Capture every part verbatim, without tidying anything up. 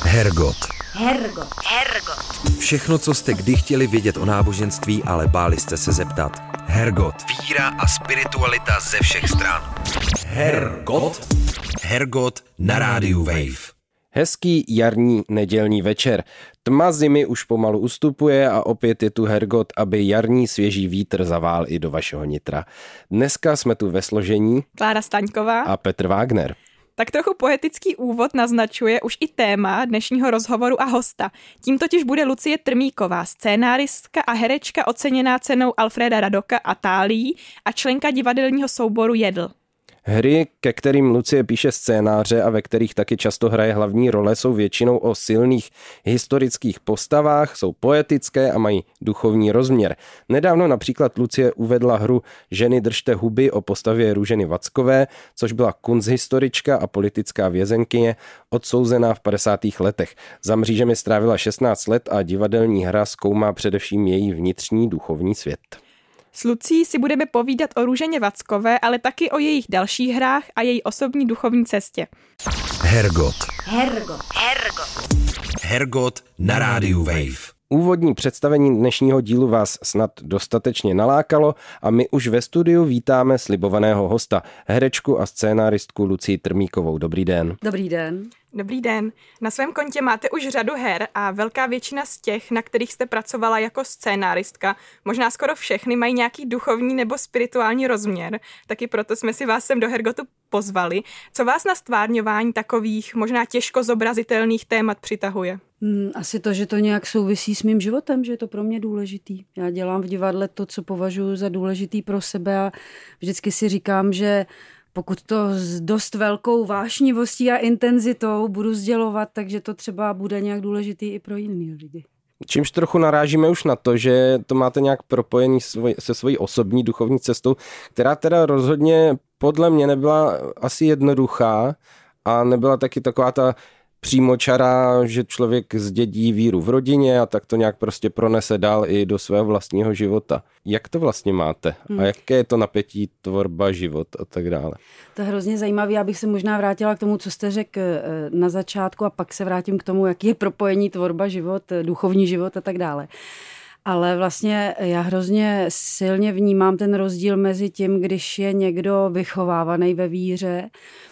Hergot. Hergot. Hergot. Všechno, co jste kdy chtěli vědět o náboženství, ale báli jste se zeptat. Hergot. Víra a spiritualita ze všech stran. Hergot. Hergot na rádiu Wave. Hezký jarní nedělní večer. Tma zimy už pomalu ustupuje a opět je tu Hergot, aby jarní svěží vítr zavál i do vašeho nitra. Dneska jsme tu ve složení Klára Staňková a Petr Wagner. Tak trochu poetický úvod naznačuje už i téma dnešního rozhovoru a hosta. Tím totiž bude Lucie Trmíková, scénáristka a herečka oceněná cenou Alfreda Radoka a Thálií a členka divadelního souboru Jedl. Hry, ke kterým Lucie píše scénáře a ve kterých taky často hraje hlavní role, jsou většinou o silných historických postavách, jsou poetické a mají duchovní rozměr. Nedávno například Lucie uvedla hru Ženy držte huby o postavě Růženy Vackové, což byla kunsthistorička a politická vězenkyně odsouzená v padesátých letech. Za mřížemi strávila šestnáct let a divadelní hra zkoumá především její vnitřní duchovní svět. S Lucí si budeme povídat o Růženě Vackové, ale taky o jejich dalších hrách a její osobní duchovní cestě. Hergot. Hergot. Hergot. Hergot na rádiu Wave. Úvodní představení dnešního dílu vás snad dostatečně nalákalo a my už ve studiu vítáme slibovaného hosta, herečku a scénáristku Lucii Trmíkovou. Dobrý den. Dobrý den. Dobrý den. Na svém kontě máte už řadu her a velká většina z těch, na kterých jste pracovala jako scénáristka, možná skoro všechny mají nějaký duchovní nebo spirituální rozměr, taky proto jsme si vás sem do Hergotu pozvali. Co vás na stvárňování takových možná těžko zobrazitelných témat přitahuje? Hmm, asi to, že to nějak souvisí s mým životem, že je to pro mě důležitý. Já dělám v divadle to, co považuji za důležitý pro sebe a vždycky si říkám, že pokud to s dost velkou vášnivostí a intenzitou budu sdělovat, takže to třeba bude nějak důležitý i pro jiný lidi. Čímž trochu narážíme už na to, že to máte nějak propojený se svojí osobní duchovní cestou, která teda rozhodně podle mě nebyla asi jednoduchá a nebyla taky taková ta přímočará, že člověk zdědí víru v rodině a tak to nějak prostě pronese dál i do svého vlastního života. Jak to vlastně máte? A jaké je to napětí, tvorba, život a tak dále? To je hrozně zajímavé, já bych se možná vrátila k tomu, co jste řekl na začátku a pak se vrátím k tomu, jaký je propojení tvorba, život, duchovní život a tak dále. Ale vlastně já hrozně silně vnímám ten rozdíl mezi tím, když je někdo vychovávaný ve víře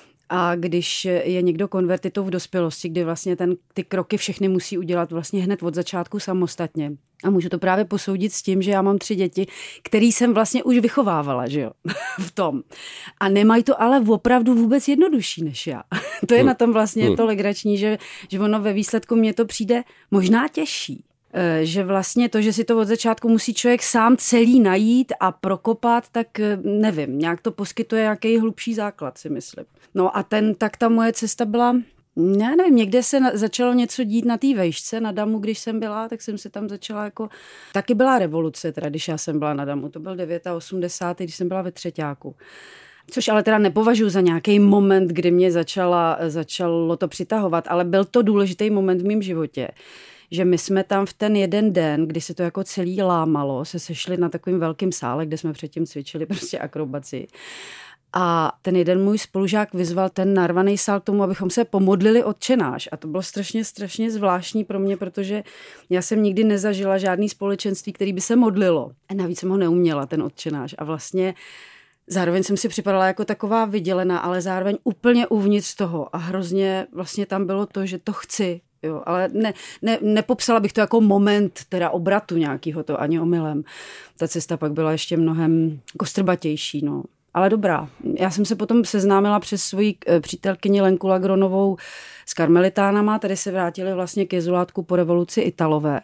a když je někdo konvertitou v dospělosti, kdy vlastně ten, ty kroky všechny musí udělat vlastně hned od začátku samostatně. A můžu to právě posoudit s tím, že já mám tři děti, který jsem vlastně už vychovávala, že jo, v tom. A nemají to ale opravdu vůbec jednodušší než já. To je na tom vlastně to legrační, že, že ono ve výsledku mně to přijde možná těžší. Že vlastně to, že si to od začátku musí člověk sám celý najít a prokopat, tak nevím, nějak to poskytuje nějaký hlubší základ, si myslím. No a ten, tak ta moje cesta byla, já nevím, někde se na, začalo něco dít na té vejšce, na Damu, když jsem byla, tak jsem se tam začala jako, taky byla revoluce, teda když já jsem byla na Damu, to byl osmdesátý devátý, když jsem byla ve třetíku. Což ale teda nepovažuji za nějaký moment, kdy mě začala, začalo to přitahovat, ale byl to důležitý moment v mém životě. Že my jsme tam v ten jeden den, kdy se to jako celý lámalo, se sešli na takovým velkým sále, kde jsme předtím cvičili prostě akrobaci. A ten jeden můj spolužák vyzval ten narvaný sál k tomu, abychom se pomodlili Otčenáš. A to bylo strašně, strašně zvláštní pro mě, protože já jsem nikdy nezažila žádný společenství, který by se modlilo. A navíc jsem ho neuměla, ten Otčenáš. A vlastně zároveň jsem si připadala jako taková vydělená, ale zároveň úplně uvnitř toho. A hrozně vlastně tam bylo to, že to chci. Jo, ale ne, ne, nepopsala bych to jako moment teda obratu nějakýho, to ani omylem. Ta cesta pak byla ještě mnohem kostrbatější, no. Ale dobrá. Já jsem se potom seznámila přes svoji přítelkyni Lenku Lagronovou s karmelitánama, tady se vrátili vlastně k jezulátku po revoluci Italové.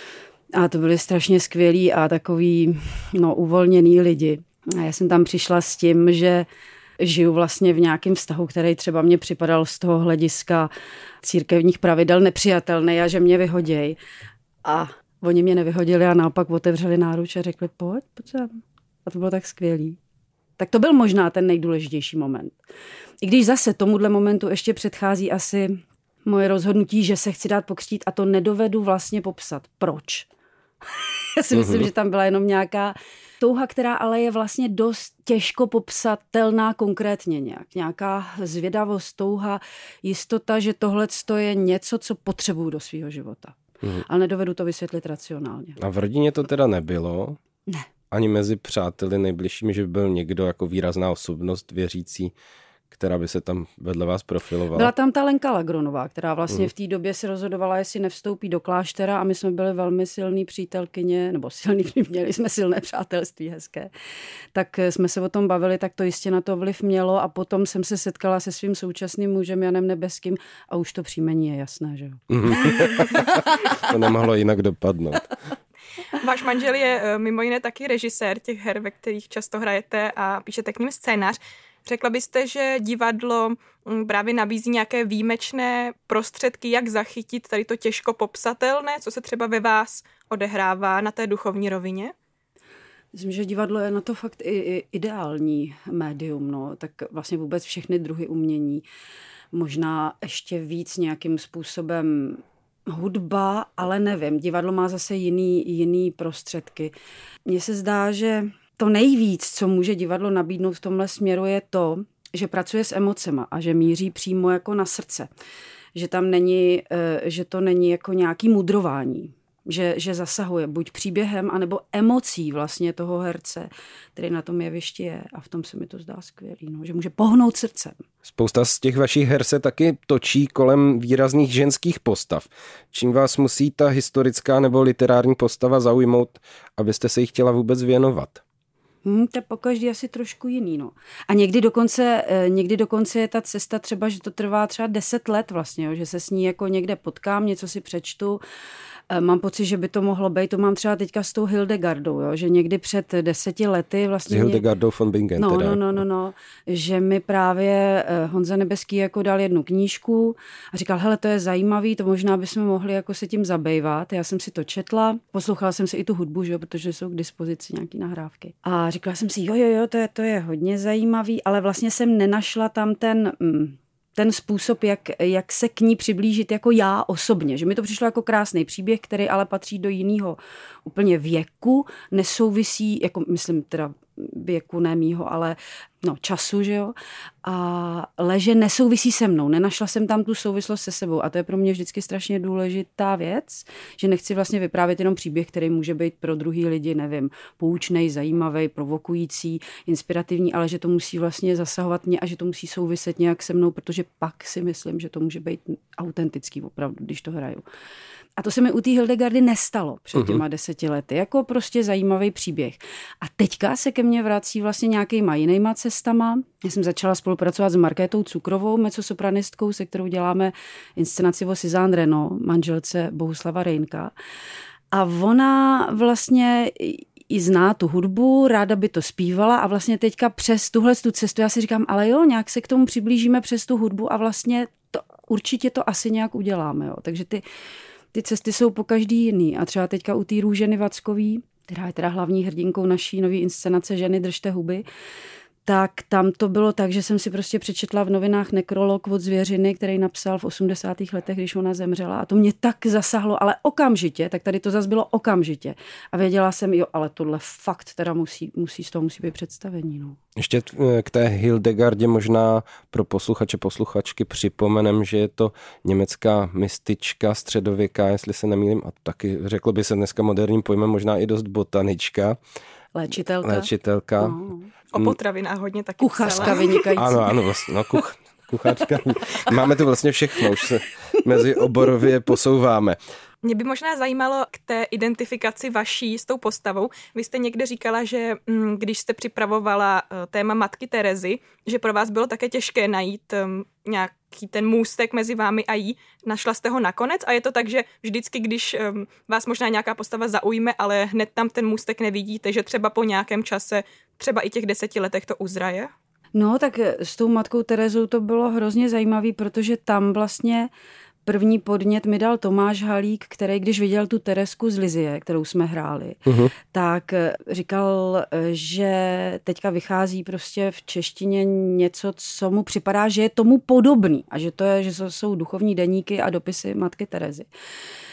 A to byli strašně skvělí a takový, no, uvolněný lidi. A já jsem tam přišla s tím, že žiju vlastně v nějakém vztahu, který třeba mě připadal z toho hlediska církevních pravidel nepřijatelný a že mě vyhoděj. A oni mě nevyhodili a naopak otevřeli náruč a řekli, pojď, pojď sem. A to bylo tak skvělý. Tak to byl možná ten nejdůležitější moment. I když zase tomuhle momentu ještě předchází asi moje rozhodnutí, že se chci dát pokřtít a to nedovedu vlastně popsat. Proč? Já si myslím, že tam byla jenom nějaká Touha, která ale je vlastně dost těžko popsatelná konkrétně nějak. Nějaká zvědavost, touha, jistota, že tohle je něco, co potřebuju do svého života. Hmm. Ale nedovedu to vysvětlit racionálně. A v rodině to teda nebylo? Ne. Ani mezi přáteli nejbližšími, že byl někdo jako výrazná osobnost věřící, která by se tam vedle vás profilovala? Byla tam ta Lenka Lagronová, která vlastně mm. v té době se rozhodovala, jestli nevstoupí do kláštera, a my jsme byli velmi silný přítelkyně, nebo silný, měli jsme silné přátelství hezké. Tak jsme se o tom bavili, tak to jistě na to vliv mělo, a potom jsem se setkala se svým současným mužem Janem Nebeským a už to příjmení je jasné, že jo? Mm. To nemohlo jinak dopadnout. Váš manžel je mimo jiné taky režisér těch her, ve kterých často hrajete a píšete k nim scénář. Řekla byste, že divadlo právě nabízí nějaké výjimečné prostředky, jak zachytit tady to těžko popsatelné, co se třeba ve vás odehrává na té duchovní rovině? Myslím, že divadlo je na to fakt i, i ideální médium, no. Tak vlastně vůbec všechny druhy umění. Možná ještě víc nějakým způsobem hudba, ale nevím. Divadlo má zase jiný, jiný prostředky. Mně se zdá, že to nejvíc, co může divadlo nabídnout v tomhle směru, je to, že pracuje s emocema a že míří přímo jako na srdce. Že tam není, že to není jako nějaký mudrování. Že, že zasahuje buď příběhem, anebo emocí vlastně toho herce, který na tom jevišti je. A v tom se mi to zdá skvělý, no, že může pohnout srdcem. Spousta z těch vašich her se taky točí kolem výrazných ženských postav. Čím vás musí ta historická nebo literární postava zaujmout, abyste se jí chtěla vůbec věnovat? Hmm, to pokaždý asi trošku jiný, no. A někdy dokonce, někdy dokonce je ta cesta třeba, že to trvá třeba deset let vlastně, jo, že se s ní jako někde potkám, něco si přečtu. Mám pocit, že by to mohlo být, to mám třeba teďka s tou Hildegardou, jo, že někdy před deseti lety vlastně... S Hildegardou von Bingen no, teda. No, no, no, no, že mi právě Honza Nebeský jako dal jednu knížku a říkal, hele, to je zajímavý, to možná bychom mohli jako se tím zabývat. Já jsem si to četla, poslouchala jsem si i tu hudbu, že jo, protože jsou k dispozici nějaký nahrávky. A říkala jsem si, jo, jo, jo, to je, to je hodně zajímavý, ale vlastně jsem nenašla tam ten... Mm, ten způsob, jak, jak se k ní přiblížit jako já osobně. Že mi to přišlo jako krásný příběh, který ale patří do jiného úplně věku, nesouvisí, jako myslím teda věku ne mýho, ale no, času, že jo, a leže nesouvisí se mnou. Nenašla jsem tam tu souvislost se sebou a to je pro mě vždycky strašně důležitá věc, že nechci vlastně vyprávět jenom příběh, který může být pro druhý lidi, nevím, poučnej, zajímavý, provokující, inspirativní, ale že to musí vlastně zasahovat mě a že to musí souviset nějak se mnou, protože pak si myslím, že to může být autentický opravdu, když to hraju. A to se mi u té Hildegardy nestalo před těma deseti lety. Jako prostě zajímavý příběh. A teďka se ke mně vrací vlastně nějakýma jinýma cestama. Já jsem začala spolupracovat s Markétou Cukrovou, mezzosopranistkou, se kterou děláme inscenaci o Suzanne Renaud, manželce Bohuslava Reynka. A ona vlastně i zná tu hudbu, ráda by to zpívala a vlastně teďka přes tuhle tu cestu já si říkám, ale jo, nějak se k tomu přiblížíme přes tu hudbu a vlastně to, určitě to asi nějak uděláme. Jo. Takže ty Ty cesty jsou po každý jiný. A třeba teďka u té Růženy Vackový, která je teda hlavní hrdinkou naší nový inscenace Ženy držte huby, tak tam to bylo tak, že jsem si prostě přečetla v novinách nekrolog od Zvěřiny, který napsal v osmdesátých letech, když ona zemřela. A to mě tak zasahlo, ale okamžitě, tak tady to zase bylo okamžitě. A věděla jsem, jo, ale tohle fakt teda musí, musí z toho musí být představení. No. Ještě k té Hildegardě možná pro posluchače, posluchačky připomenem, že je to německá mistička středověká, jestli se nemýlím, a taky řeklo by se dneska moderním pojmem možná i dost botanička. Léčitelka. Léčitelka. No. O potravinách hodně taky. Kuchařka vynikající. Ano, ano, vlastně, no, kuch, kuchařka. Máme tu vlastně všechno, už se mezi oborově posouváme. Mě by možná zajímalo k té identifikaci vaší s tou postavou. Vy jste někde říkala, že když jste připravovala téma Matky Terezy, že pro vás bylo také těžké najít nějaký ten můstek mezi vámi a jí. Našla jste ho nakonec a je to tak, že vždycky, když vás možná nějaká postava zaujme, ale hned tam ten můstek nevidíte, že třeba po nějakém čase, třeba i těch deseti letech to uzraje? No tak s tou Matkou Terezou to bylo hrozně zajímavý, protože tam vlastně první podnět mi dal Tomáš Halík, který když viděl tu Terezku z Lizie, kterou jsme hráli, uh-huh. tak říkal, že teďka vychází prostě v češtině něco, co mu připadá, že je tomu podobný a že to je, že to jsou duchovní deníky a dopisy Matky Terezy.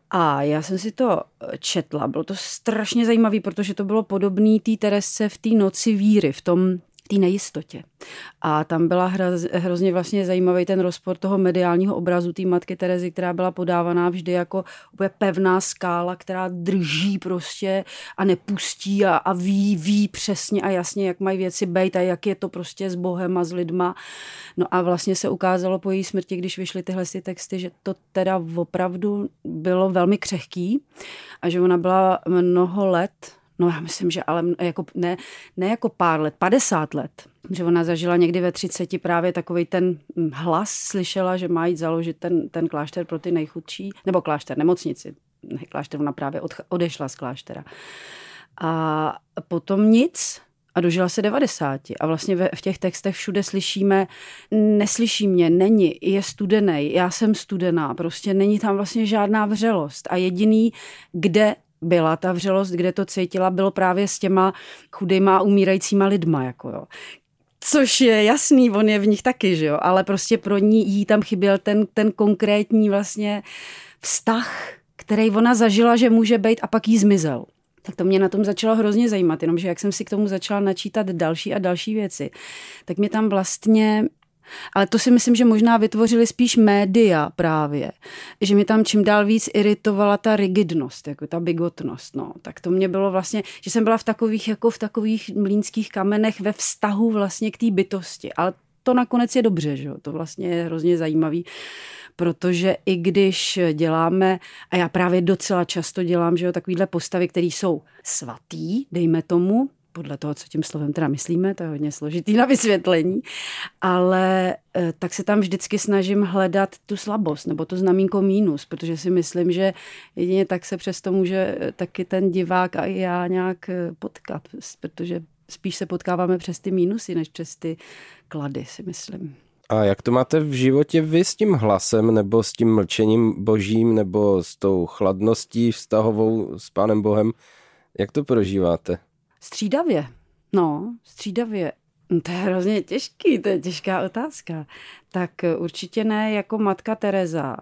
A já jsem si to četla, bylo to strašně zajímavé, protože to bylo podobné té Teresce v té noci víry, v tom té nejistotě. A tam byla hroz, hrozně vlastně zajímavý ten rozpor toho mediálního obrazu té matky Terezy, která byla podávaná vždy jako úplně pevná skála, která drží prostě a nepustí a, a ví, ví přesně a jasně, jak mají věci bejt a jak je to prostě s Bohem a s lidma. No a vlastně se ukázalo po její smrti, když vyšly tyhle ty texty, že to teda opravdu bylo velmi křehký a že ona byla mnoho let. No já myslím, že ale jako, ne, ne jako pár let, padesát let. Že ona zažila někdy ve třiceti právě takovej ten hlas, slyšela, že má jít založit ten, ten klášter pro ty nejchudší, nebo klášter, nemocnici. Ne, klášter, ona právě od, odešla z kláštera. A potom nic a dožila se devadesáti. A vlastně ve, v těch textech všude slyšíme, neslyší mě, není, je studenej, já jsem studená, prostě není tam vlastně žádná vřelost. A jediný, kde byla ta vřelost, kde to cítila, bylo právě s těma chudejma a umírajícíma lidma, jako jo. Což je jasný, on je v nich taky, že jo, ale prostě pro ní jí tam chyběl ten, ten konkrétní vlastně vztah, který ona zažila, že může být a pak jí zmizel. Tak to mě na tom začalo hrozně zajímat, jenomže jak jsem si k tomu začala načítat další a další věci, tak mě tam vlastně... Ale to si myslím, že možná vytvořili spíš média právě. Že mě tam čím dál víc iritovala ta rigidnost, jako ta bigotnost. No. Tak to mě bylo vlastně, že jsem byla v takových, jako v takových mlýnských kamenech ve vztahu vlastně k té bytosti. Ale to nakonec je dobře, že jo? To vlastně je hrozně zajímavý, protože i když děláme, a já právě docela často dělám, že jo, takovýhle postavy, které jsou svatý, dejme tomu, podle toho, co tím slovem teda myslíme, to je hodně složitý na vysvětlení, ale tak se tam vždycky snažím hledat tu slabost nebo to znamínko mínus, protože si myslím, že jedině tak se přesto může taky ten divák a i já nějak potkat, protože spíš se potkáváme přes ty mínusy, než přes ty klady, si myslím. A jak to máte v životě vy s tím hlasem nebo s tím mlčením božím nebo s tou chladností vztahovou s Pánem Bohem? Jak to prožíváte? Střídavě. No, střídavě. To je hrozně těžký, to je těžká otázka. Tak určitě ne jako matka Tereza,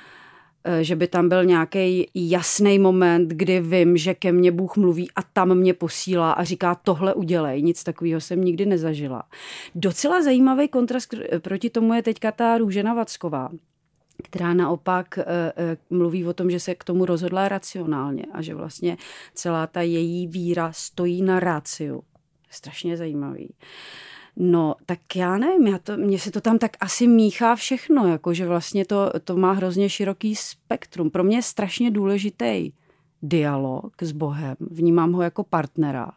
že by tam byl nějaký jasný moment, kdy vím, že ke mně Bůh mluví a tam mě posílá a říká tohle udělej. Nic takového jsem nikdy nezažila. Docela zajímavý kontrast proti tomu je teďka ta Růžena Vacková, která naopak e, e, mluví o tom, že se k tomu rozhodla racionálně a že vlastně celá ta její víra stojí na ráciu. Strašně zajímavý. No, tak já nevím, já to, mně se to tam tak asi míchá všechno, jakože vlastně to, to má hrozně široký spektrum. Pro mě je strašně důležitý dialog s Bohem, vnímám ho jako partnera,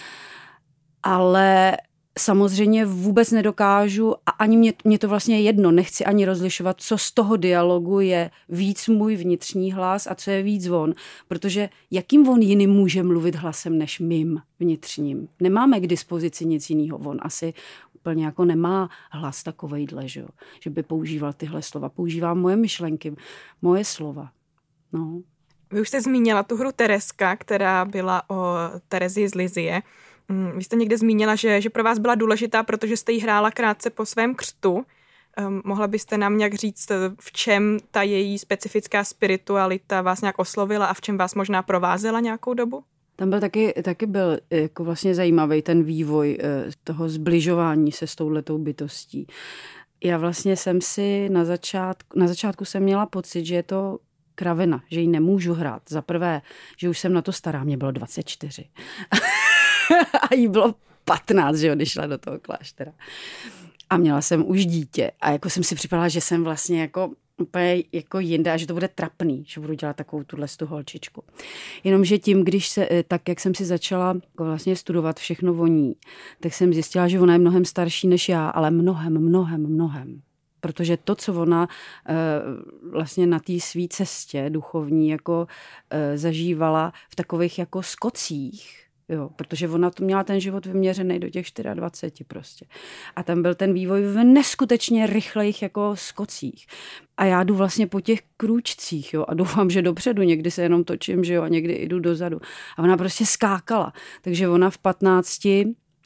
ale samozřejmě vůbec nedokážu a ani mě, mě to vlastně jedno, nechci ani rozlišovat, co z toho dialogu je víc můj vnitřní hlas a co je víc on, protože jakým on jiným může mluvit hlasem než mým vnitřním. Nemáme k dispozici nic jiného, on asi úplně jako nemá hlas takovejhle, že, že by používal tyhle slova. Používá moje myšlenky, moje slova. No. Vy už jste zmínila tu hru Tereska, která byla o Terezii z Lizie. Vy jste někde zmínila, že, že pro vás byla důležitá, protože jste ji hrála krátce po svém křtu. Um, mohla byste nám nějak říct, v čem ta její specifická spiritualita vás nějak oslovila a v čem vás možná provázela nějakou dobu? Tam byl taky, taky byl jako vlastně zajímavý ten vývoj toho zbližování se s touhletou bytostí. Já vlastně jsem si na začátku, na začátku jsem měla pocit, že je to kravina, že ji nemůžu hrát. Za prvé, že už jsem na to stará, mě bylo dvacet čtyři. A jí bylo patnáct, že když šla do toho kláštera. A měla jsem už dítě. A jako jsem si připadala, že jsem vlastně jako úplně jako jinde a že to bude trapný, že budu dělat takovou tuhle tu holčičku. Jenomže tím, když se, tak jak jsem si začala jako vlastně studovat všechno o ní, tak jsem zjistila, že ona je mnohem starší než já, ale mnohem, mnohem, mnohem. Protože to, co ona vlastně na té své cestě duchovní jako zažívala v takových jako skocích, jo, protože ona to měla ten život vyměřený do těch dvaceti čtyř prostě. A tam byl ten vývoj v neskutečně rychlejch jako skocích. A já jdu vlastně po těch krůčcích, jo, a doufám, že dopředu, někdy se jenom točím, že jo, a někdy jdu dozadu. A ona prostě skákala. Takže ona v patnácti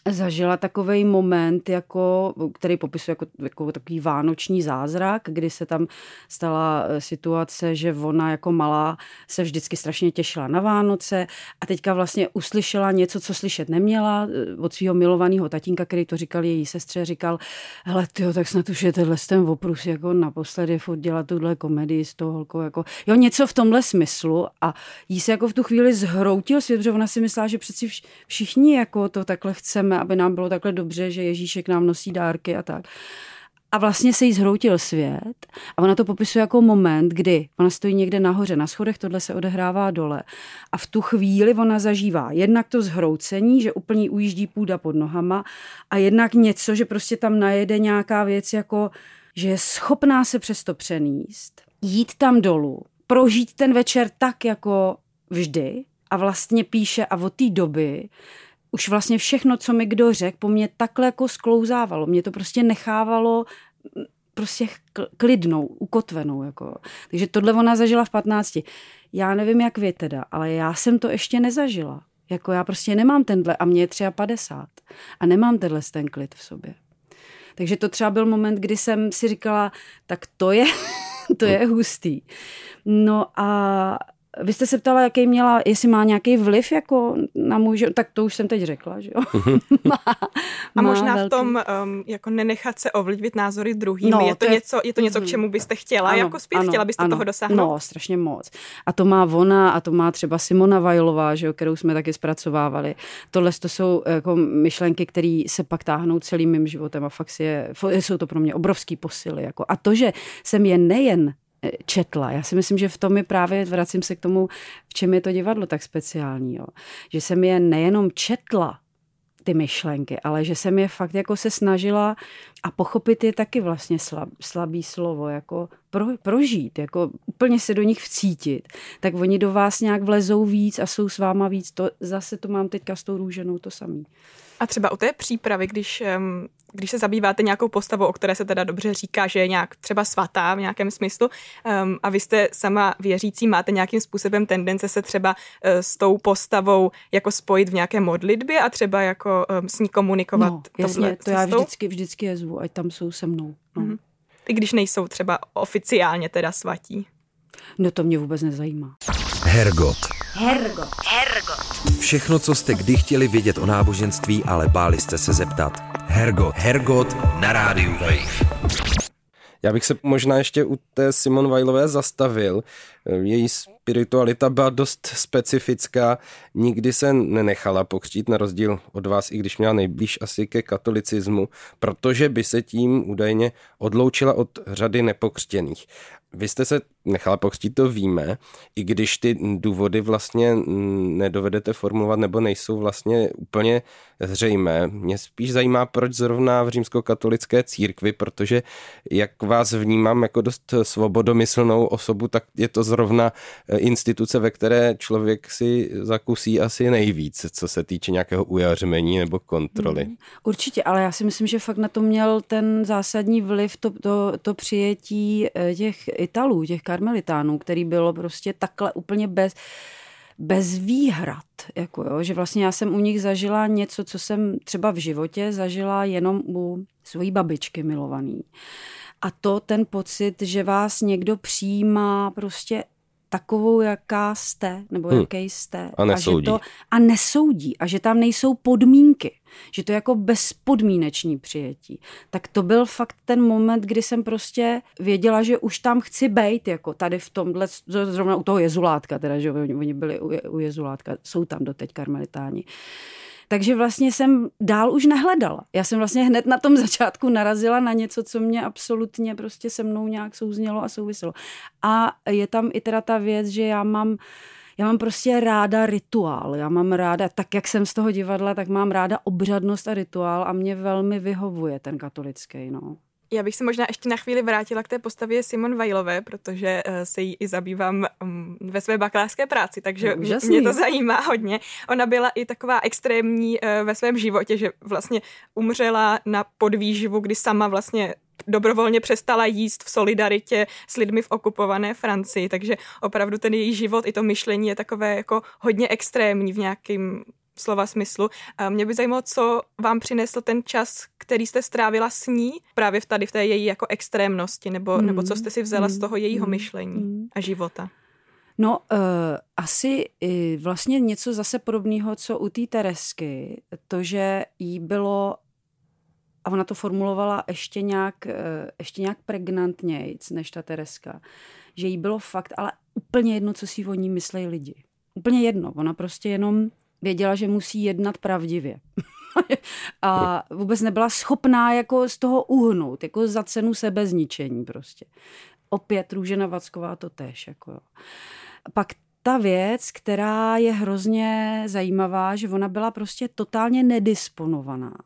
zažila takovej moment, jako, který popisuje jako, jako takový vánoční zázrak, kdy se tam stala situace, že ona jako malá se vždycky strašně těšila na Vánoce a teďka vlastně uslyšela něco, co slyšet neměla od svého milovaného tatínka, který to říkal její sestře, říkal, hele tyjo, tak snad už je tenhle ten oprus jako naposledy furt dělat tuhle komedii s tou holkou, jako, jo, něco v tomhle smyslu a jí se jako v tu chvíli zhroutil svět, protože ona si myslela, že přeci všichni jako to takhle chceme, aby nám bylo takhle dobře, že Ježíšek nám nosí dárky a tak. A vlastně se jí zhroutil svět a ona to popisuje jako moment, kdy ona stojí někde nahoře na schodech, tohle se odehrává dole a v tu chvíli ona zažívá jednak to zhroucení, že úplně ujíždí půda pod nohama a jednak něco, že prostě tam najede nějaká věc jako, že je schopná se přesto přenést, jít tam dolů, prožít ten večer tak jako vždy a vlastně píše a od té doby už vlastně všechno, co mi kdo řekl, po mně takhle jako sklouzávalo. Mě to prostě nechávalo prostě klidnou, ukotvenou. Jako. Takže tohle ona zažila v patnácti. Já nevím, jak vy teda, ale já jsem to ještě nezažila. Jako já prostě nemám tenhle a mě je padesát tři a nemám tenhle ten klid v sobě. Takže to třeba byl moment, kdy jsem si říkala, tak to je, to je hustý. No a vy jste se ptala, jaký měla, jestli má nějaký vliv jako na můj život, tak to už jsem teď řekla, že jo. má, a možná velký... v tom um, jako nenechat se ovlivnit názory druhými. No, je, to to je... něco, je to něco, k čemu byste chtěla ano, jako zpět? Ano, chtěla byste ano, toho dosáhnout? No, strašně moc. A to má ona a to má třeba Simona Weilová, že jo, kterou jsme taky zpracovávali. Tohle to jsou jako myšlenky, které se pak táhnou celým mým životem a fakt si je, jsou to pro mě obrovský posily. Jako. A to, že jsem je nejen četla. Já si myslím, že v tom je právě, vracím se k tomu, v čem je to divadlo tak speciální. Jo. Že jsem je nejenom četla, ty myšlenky, ale že jsem je fakt jako se snažila a pochopit je taky vlastně slab, slabý slovo, jako pro, prožít, jako úplně se do nich vcítit, tak oni do vás nějak vlezou víc a jsou s váma víc. To, zase to mám teďka s tou Růženou to samý. A třeba u té přípravy, když, když se zabýváte nějakou postavou, o které se teda dobře říká, že je nějak třeba svatá v nějakém smyslu um, a vy jste sama věřící, máte nějakým způsobem tendence se třeba uh, s tou postavou jako spojit v nějaké modlitbě a třeba jako um, s ní komunikovat. No, jasně, to já vždycky, vždycky je zvu, ať tam jsou se mnou. No. Mm-hmm. I když nejsou třeba oficiálně teda svatí. No to mě vůbec nezajímá. Hergot. Hergot. Hergot. Všechno, co jste kdy chtěli vědět o náboženství, ale báli jste se zeptat. Hergot. Hergot na rádiu Wave. Já bych se možná ještě u té Simone Weilové zastavil. Její spiritualita byla dost specifická, nikdy se nenechala pokřtít, na rozdíl od vás, i když měla nejblíž asi ke katolicismu, protože by se tím údajně odloučila od řady nepokřtěných. Vy jste se nechala pokřtít, to víme, i když ty důvody vlastně nedovedete formulovat nebo nejsou vlastně úplně zřejmé. Mě spíš zajímá, proč zrovna v římskokatolické církvi, protože jak vás vnímám jako dost svobodomyslnou osobu, tak je to zrovna instituce, ve které člověk si zakusí asi nejvíc, co se týče nějakého ujařmení nebo kontroly. Hmm, určitě, ale já si myslím, že fakt na to měl ten zásadní vliv to, to, to přijetí těch Italů, těch karmelitánů, který bylo prostě takhle úplně bez, bez výhrad. Jako jo, že vlastně já jsem u nich zažila něco, co jsem třeba v životě zažila jenom u svojí babičky milovaný. A to ten pocit, že vás někdo přijímá prostě takovou, jaká jste, nebo hmm. jaký jste. A nesoudí. A, že to, a nesoudí. A že tam nejsou podmínky. Že to je jako bezpodmíneční přijetí. Tak to byl fakt ten moment, kdy jsem prostě věděla, že už tam chci bejt, jako tady v tomhle, zrovna u toho Jezulátka, teda, že oni byli u, u Jezulátka, jsou tam doteď karmelitáni. Takže vlastně jsem dál už nehledala. Já jsem vlastně hned na tom začátku narazila na něco, co mě absolutně prostě se mnou nějak souznělo a souviselo. A je tam i teda ta věc, že já mám Já mám prostě ráda rituál. Já mám ráda, tak jak jsem z toho divadla, tak mám ráda obřadnost a rituál a mě velmi vyhovuje ten katolický, no. Já bych se možná ještě na chvíli vrátila k té postavě Simone Weilové, protože se jí i zabývám ve své bakalářské práci, takže mě, mě to zajímá hodně. Ona byla i taková extrémní ve svém životě, že vlastně umřela na podvýživu, kdy sama vlastně dobrovolně přestala jíst v solidaritě s lidmi v okupované Francii, takže opravdu ten její život i to myšlení je takové jako hodně extrémní v nějakým slova smyslu. Mě by zajímalo, co vám přinesl ten čas, který jste strávila s ní, právě v tady v té její jako extrémnosti, nebo, mm. nebo co jste si vzala mm. z toho jejího mm. myšlení mm. a života. No, uh, asi uh, vlastně něco zase podobného, co u té Teresky, to, že jí bylo, a ona to formulovala ještě nějak, uh, ještě nějak pregnantnějc než ta Tereska, že jí bylo fakt, ale úplně jedno, co si o ní myslejí lidi. Úplně jedno. Ona prostě jenom věděla, že musí jednat pravdivě. A vůbec nebyla schopná jako z toho uhnout, jako za cenu sebezničení prostě. Opět Růžena Vacková to též. Jako jo. Pak ta věc, která je hrozně zajímavá, že ona byla prostě totálně nedisponovaná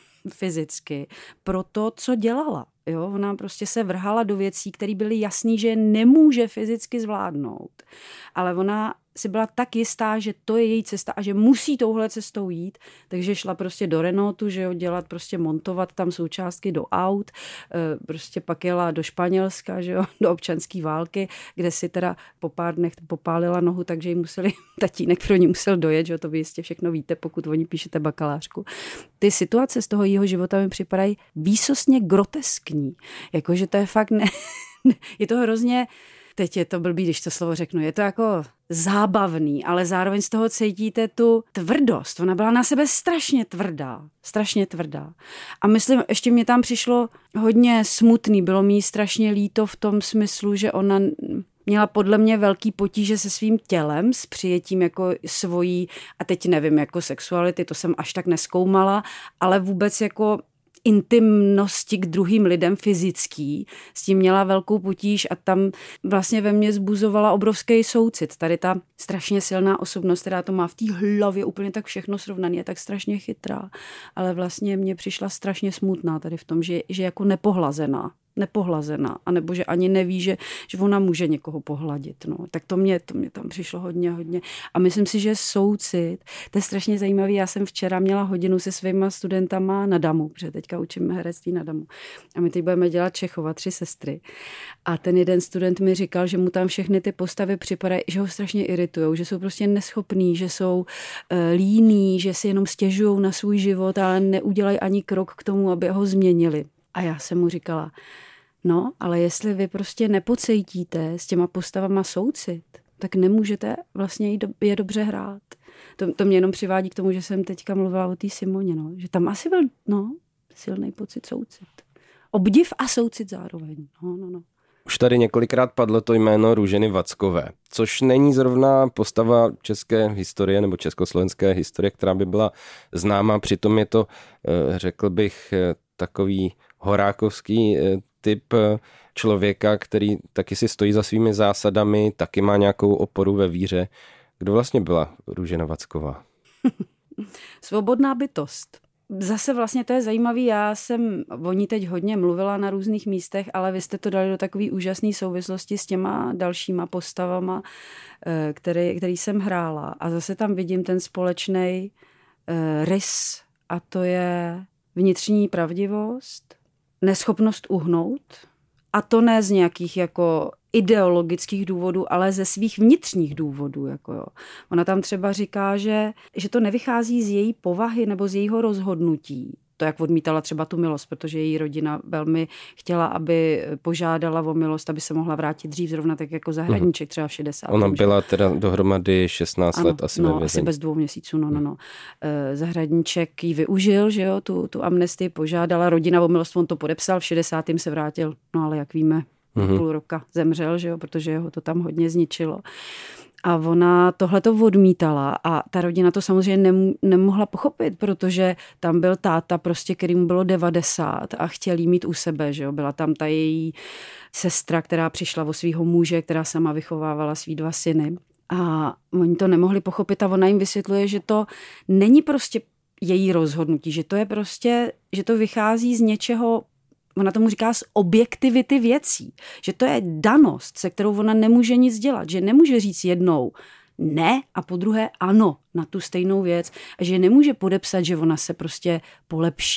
fyzicky pro to, co dělala. Jo? Ona prostě se vrhala do věcí, které byly jasný, že nemůže fyzicky zvládnout. Ale ona si byla tak jistá, že to je její cesta a že musí touhle cestou jít, takže šla prostě do Renaultu, že jo, dělat prostě montovat tam součástky do aut, prostě pak jela do Španělska, že jo, do občanské války, kde si teda po pár dnech popálila nohu, takže jí museli, tatínek pro ní musel dojet, že jo, to vy jistě všechno víte, pokud o ní píšete bakalářku. Ty situace z toho jejího života mi připadají výsostně groteskní, jakože to je fakt, ne, je to hrozně, teď je to blbý, když to slovo řeknu, je to jako zábavný, ale zároveň z toho cítíte tu tvrdost. Ona byla na sebe strašně tvrdá, strašně tvrdá. A myslím, ještě mě tam přišlo hodně smutný, bylo mi strašně líto v tom smyslu, že ona měla podle mě velký potíže se svým tělem, s přijetím jako svojí, a teď nevím, jako sexuality, to jsem až tak nezkoumala, ale vůbec jako intimnosti k druhým lidem fyzický, s tím měla velkou potíž a tam vlastně ve mně zbuzovala obrovský soucit. Tady ta strašně silná osobnost, která to má v té hlavě úplně tak všechno srovnaný, je tak strašně chytrá, ale vlastně mně přišla strašně smutná tady v tom, že, že jako nepohlazená. nepohlazená, anebo že ani neví, že, že ona může někoho pohladit. No. Tak to mě, to mě tam přišlo hodně, hodně. A myslím si, že soucit, to je strašně zajímavý. Já jsem včera měla hodinu se svýma studentama na Damu, protože teďka učíme herectví na Damu. A my teď budeme dělat Čechova, tři sestry. A ten jeden student mi říkal, že mu tam všechny ty postavy připadají, že ho strašně iritujou, že jsou prostě neschopní, že jsou uh, líní, že si jenom stěžují na svůj život, ale neudělají ani krok k tomu, aby ho změnili. A já jsem mu říkala, no, ale jestli vy prostě nepocítíte s těma postavama soucit, tak nemůžete vlastně je dobře hrát. To, to mě jenom přivádí k tomu, že jsem teďka mluvila o té Simoně, no, že tam asi byl, no, silný pocit soucit. Obdiv a soucit zároveň, no, no, no. Už tady několikrát padlo to jméno Růženy Vackové, což není zrovna postava české historie nebo československé historie, která by byla známá, přitom je to, řekl bych, takový horákovský typ člověka, který taky si stojí za svými zásadami, taky má nějakou oporu ve víře. Kdo vlastně byla Růžena Vacková? Svobodná bytost. Zase vlastně to je zajímavý, já jsem o ní teď hodně mluvila na různých místech, ale vy jste to dali do takové úžasné souvislosti s těma dalšíma postavama, který, který jsem hrála. A zase tam vidím ten společný uh, rys, a to je vnitřní pravdivost, neschopnost uhnout, a to ne z nějakých jako ideologických důvodů, ale ze svých vnitřních důvodů. Jako jo. Ona tam třeba říká, že, že to nevychází z její povahy nebo z jejího rozhodnutí. To, jak odmítala třeba tu milost, protože její rodina velmi chtěla, aby požádala o milost, aby se mohla vrátit dřív, zrovna tak jako Zahradníček třeba v šedesátém Ona byla teda dohromady šestnáct ano, let asi no, ve vězení. asi bez dvou měsíců, no, no, no. Zahradníček ji využil, že jo, tu, tu amnestii požádala, rodina o milost, on to podepsal, v šedesátém se vrátil, no ale jak víme, mm-hmm. půl roka zemřel, že jo, protože ho to tam hodně zničilo. A ona tohleto odmítala a ta rodina to samozřejmě nemohla pochopit, protože tam byl táta, prostě, kterýmu bylo devadesát a chtěl jí mít u sebe, že jo. Byla tam ta její sestra, která přišla o svého muže, která sama vychovávala svý dva syny. A oni to nemohli pochopit a ona jim vysvětluje, že to není prostě její rozhodnutí, že to je prostě, že to vychází z něčeho, ona tomu říká z objektivity věcí, že to je danost, se kterou ona nemůže nic dělat, že nemůže říct jednou ne a po druhé ano na tu stejnou věc a že nemůže podepsat, že ona se prostě polepší.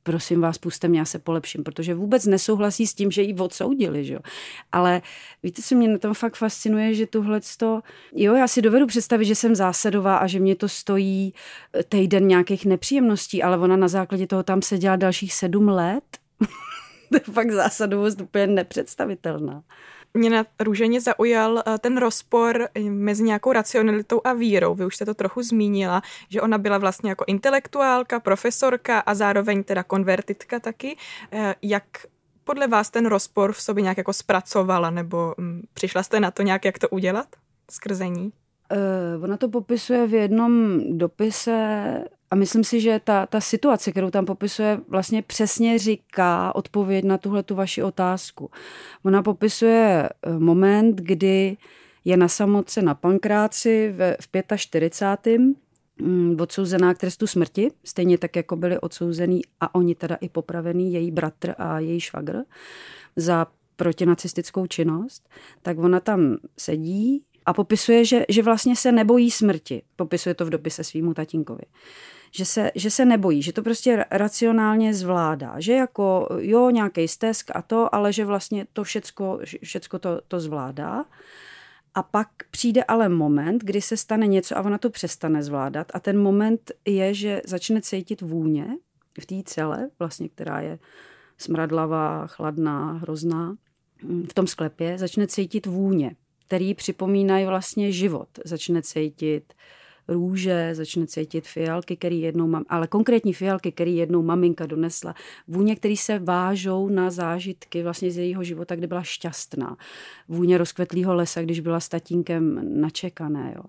prosím vás, pusťte mě, já se polepším, protože vůbec nesouhlasí s tím, že ji odsoudili, že jo. Ale víte, co mě na tom fakt fascinuje, že tuhleto, jo, já si dovedu představit, že jsem zásadová a že mě to stojí týden nějakých nepříjemností, ale ona na základě toho tam seděla dalších sedm let. To je fakt zásadovost úplně nepředstavitelná. Mě na Růženě zaujal ten rozpor mezi nějakou racionalitou a vírou. Vy už jste to trochu zmínila, že ona byla vlastně jako intelektuálka, profesorka a zároveň teda konvertitka taky. Jak podle vás ten rozpor v sobě nějak jako zpracovala, nebo přišla jste na to nějak, jak to udělat skrze ní? Uh, ona to popisuje v jednom dopise a myslím si, že ta, ta situace, kterou tam popisuje, vlastně přesně říká odpověď na tuhle tu vaši otázku. Ona popisuje moment, kdy je na samotce na Pankráci v, v čtyřicátém pátém odsouzená k trestu smrti, stejně tak, jako byli odsouzený a oni teda i popravený, její bratr a její švagr za protinacistickou činnost, tak ona tam sedí a popisuje, že, že vlastně se nebojí smrti. Popisuje to v dopise svýmu tatínkovi. Že se, že se nebojí, že to prostě racionálně zvládá. Že jako, jo, nějaký stesk a to, ale že vlastně to všecko, všecko to, to zvládá. A pak přijde ale moment, kdy se stane něco a ona to přestane zvládat. A ten moment je, že začne cítit vůně v té cele, vlastně, která je smradlavá, chladná, hrozná. V tom sklepě začne cítit vůně, který připomínají vlastně život. Začne cítit růže, začne cítit fialky, který jednou mám, ale konkrétní fialky, který jednou maminka donesla. Vůně, který se vážou na zážitky vlastně z jejího života, kdy byla šťastná. Vůně rozkvetlého lesa, když byla s tatínkem načekané. Jo.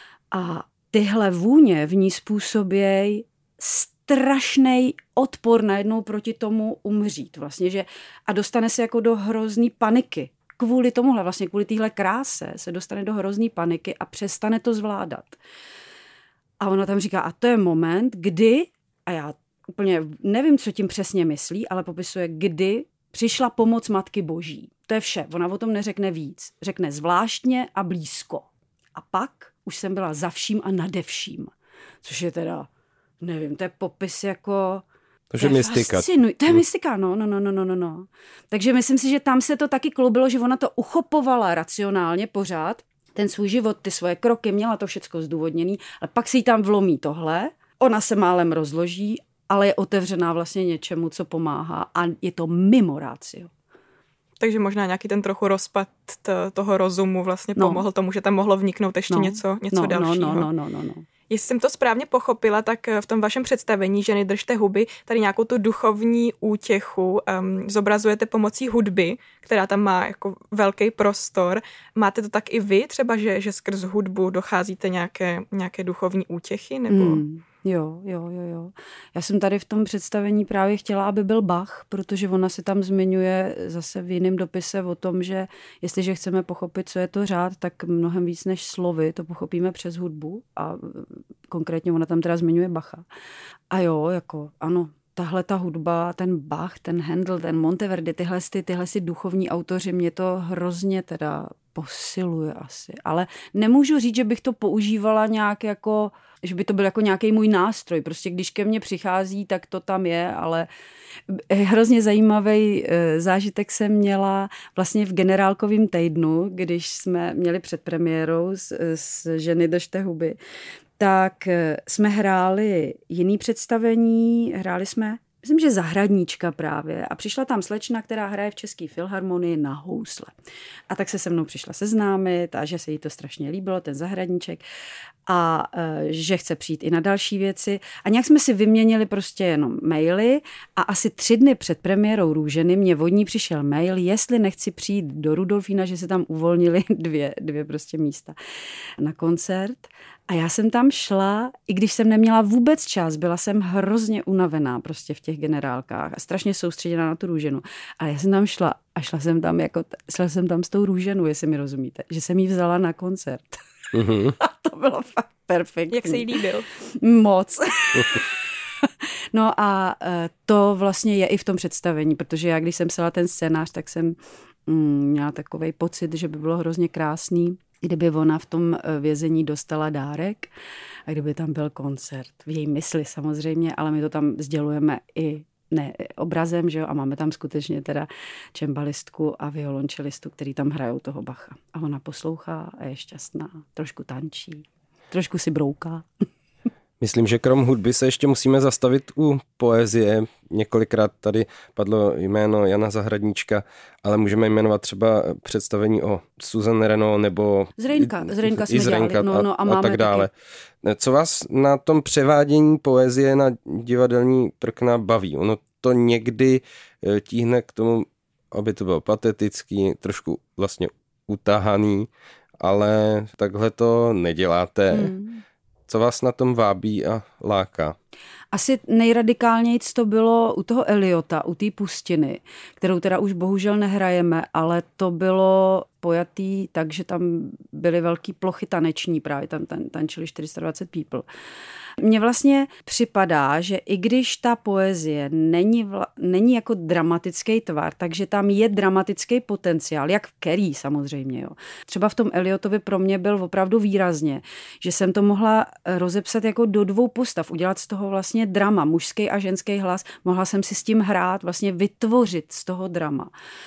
A tyhle vůně v ní způsobějí strašný odpor najednou proti tomu umřít. Vlastně, že, a dostane se jako do hrozný paniky. Kvůli tomuhle, vlastně kvůli téhle kráse se dostane do hrozný paniky a přestane to zvládat. A ona tam říká, a to je moment, kdy, a já úplně nevím, co tím přesně myslí, ale popisuje, kdy přišla pomoc Matky Boží. To je vše, ona o tom neřekne víc. Řekne zvláštně a blízko. A pak už jsem byla za vším a nade vším. Což je teda, nevím, to je popis jako... To je mystika. Fascinuj. To je mystika, no, no, no, no, no, no. Takže myslím si, že tam se to taky kloubilo, že ona to uchopovala racionálně pořád, ten svůj život, ty svoje kroky, měla to všecko zdůvodněný, ale pak si jí tam vlomí tohle, ona se málem rozloží, ale je otevřená vlastně něčemu, co pomáhá a je to mimo ratio. Takže možná nějaký ten trochu rozpad toho rozumu vlastně no. pomohl tomu, že tam mohlo vniknout ještě no. něco, něco no, dalšího. No, no, no, no, no. Jestli jsem to správně pochopila, tak v tom vašem představení Ženy držte huby tady nějakou tu duchovní útěchu um, zobrazujete pomocí hudby, která tam má jako velký prostor. Máte to tak i vy třeba, že, že skrz hudbu docházíte nějaké, nějaké duchovní útěchy? Nebo... Mm. Jo, jo, jo, jo. Já jsem tady v tom představení právě chtěla, aby byl Bach, protože ona se tam zmiňuje zase v jiném dopise o tom, že jestliže chceme pochopit, co je to řád, tak mnohem víc než slovy to pochopíme přes hudbu a konkrétně ona tam teda zmiňuje Bacha. A jo, jako ano, tahle ta hudba, ten Bach, ten Handel, ten Monteverdi, tyhle, ty, tyhle si duchovní autoři, mě to hrozně teda posiluje asi. Ale nemůžu říct, že bych to používala nějak jako, že by to byl jako nějaký můj nástroj. Prostě když ke mně přichází, tak to tam je, ale hrozně zajímavý zážitek jsem měla vlastně v Generálkovém týdnu, když jsme měli předpremiérou s, s Ženy držte huby, tak jsme hráli jiný představení, hráli jsme, myslím, že Zahradníčka právě a přišla tam slečna, která hraje v České filharmonii na housle. A tak se se mnou přišla seznámit a že se jí to strašně líbilo, ten Zahradníček a že chce přijít i na další věci. A nějak jsme si vyměnili prostě jenom maily a asi tři dny před premiérou Růženy mě od ní přišel mail, jestli nechci přijít do Rudolfína, že se tam uvolnili dvě, dvě prostě místa na koncert. A já jsem tam šla, i když jsem neměla vůbec čas, byla jsem hrozně unavená prostě v těch generálkách a strašně soustředěná na tu Růženu. Ale já jsem tam šla a šla jsem tam jako, šla jsem tam s tou Růženou, jestli mi rozumíte, že jsem jí vzala na koncert. Mm-hmm. A to bylo fakt perfektní. Jak se jí líbil? Moc. No a to vlastně je i v tom představení, protože já, když jsem psala ten scénář, tak jsem mm, měla takovej pocit, že by bylo hrozně krásný, kdyby ona v tom vězení dostala dárek a kdyby tam byl koncert. V její mysli samozřejmě, ale my to tam sdělujeme i ne obrazem, že jo, a máme tam skutečně teda čembalistku a violončelistu, který tam hrajou toho Bacha. A ona poslouchá a je šťastná, trošku tančí, trošku si brouká. Myslím, že krom hudby se ještě musíme zastavit u poezie. Několikrát tady padlo jméno Jana Zahradníčka, ale můžeme jmenovat třeba představení o Susan Renaud nebo Zrejnka, Zrejnka jsme Zrejnka dělali, no, no, a, máme a tak dále. Taky. Co vás na tom převádění poezie na divadelní prkna baví? Ono to někdy tíhne k tomu, aby to bylo patetický, trošku vlastně utahaný, ale takhle to neděláte. Hmm. Co vás na tom vábí a láká? Asi nejradikálnějc to bylo u toho Eliota, u té Pustiny, kterou teda už bohužel nehrajeme, ale to bylo pojatý tak, že tam byly velký plochy taneční, právě tam tan, tančili čtyři sta dvacet people. Mně vlastně připadá, že i když ta poezie není, vla, není jako dramatický tvar, takže tam je dramatický potenciál, jak v Carrie samozřejmě. Jo. Třeba v tom Eliotovi pro mě byl opravdu výrazně, že jsem to mohla rozepsat jako do dvou postav, udělat z toho vlastně drama, mužský a ženský hlas, mohla jsem si s tím hrát, vlastně vytvořit z toho drama.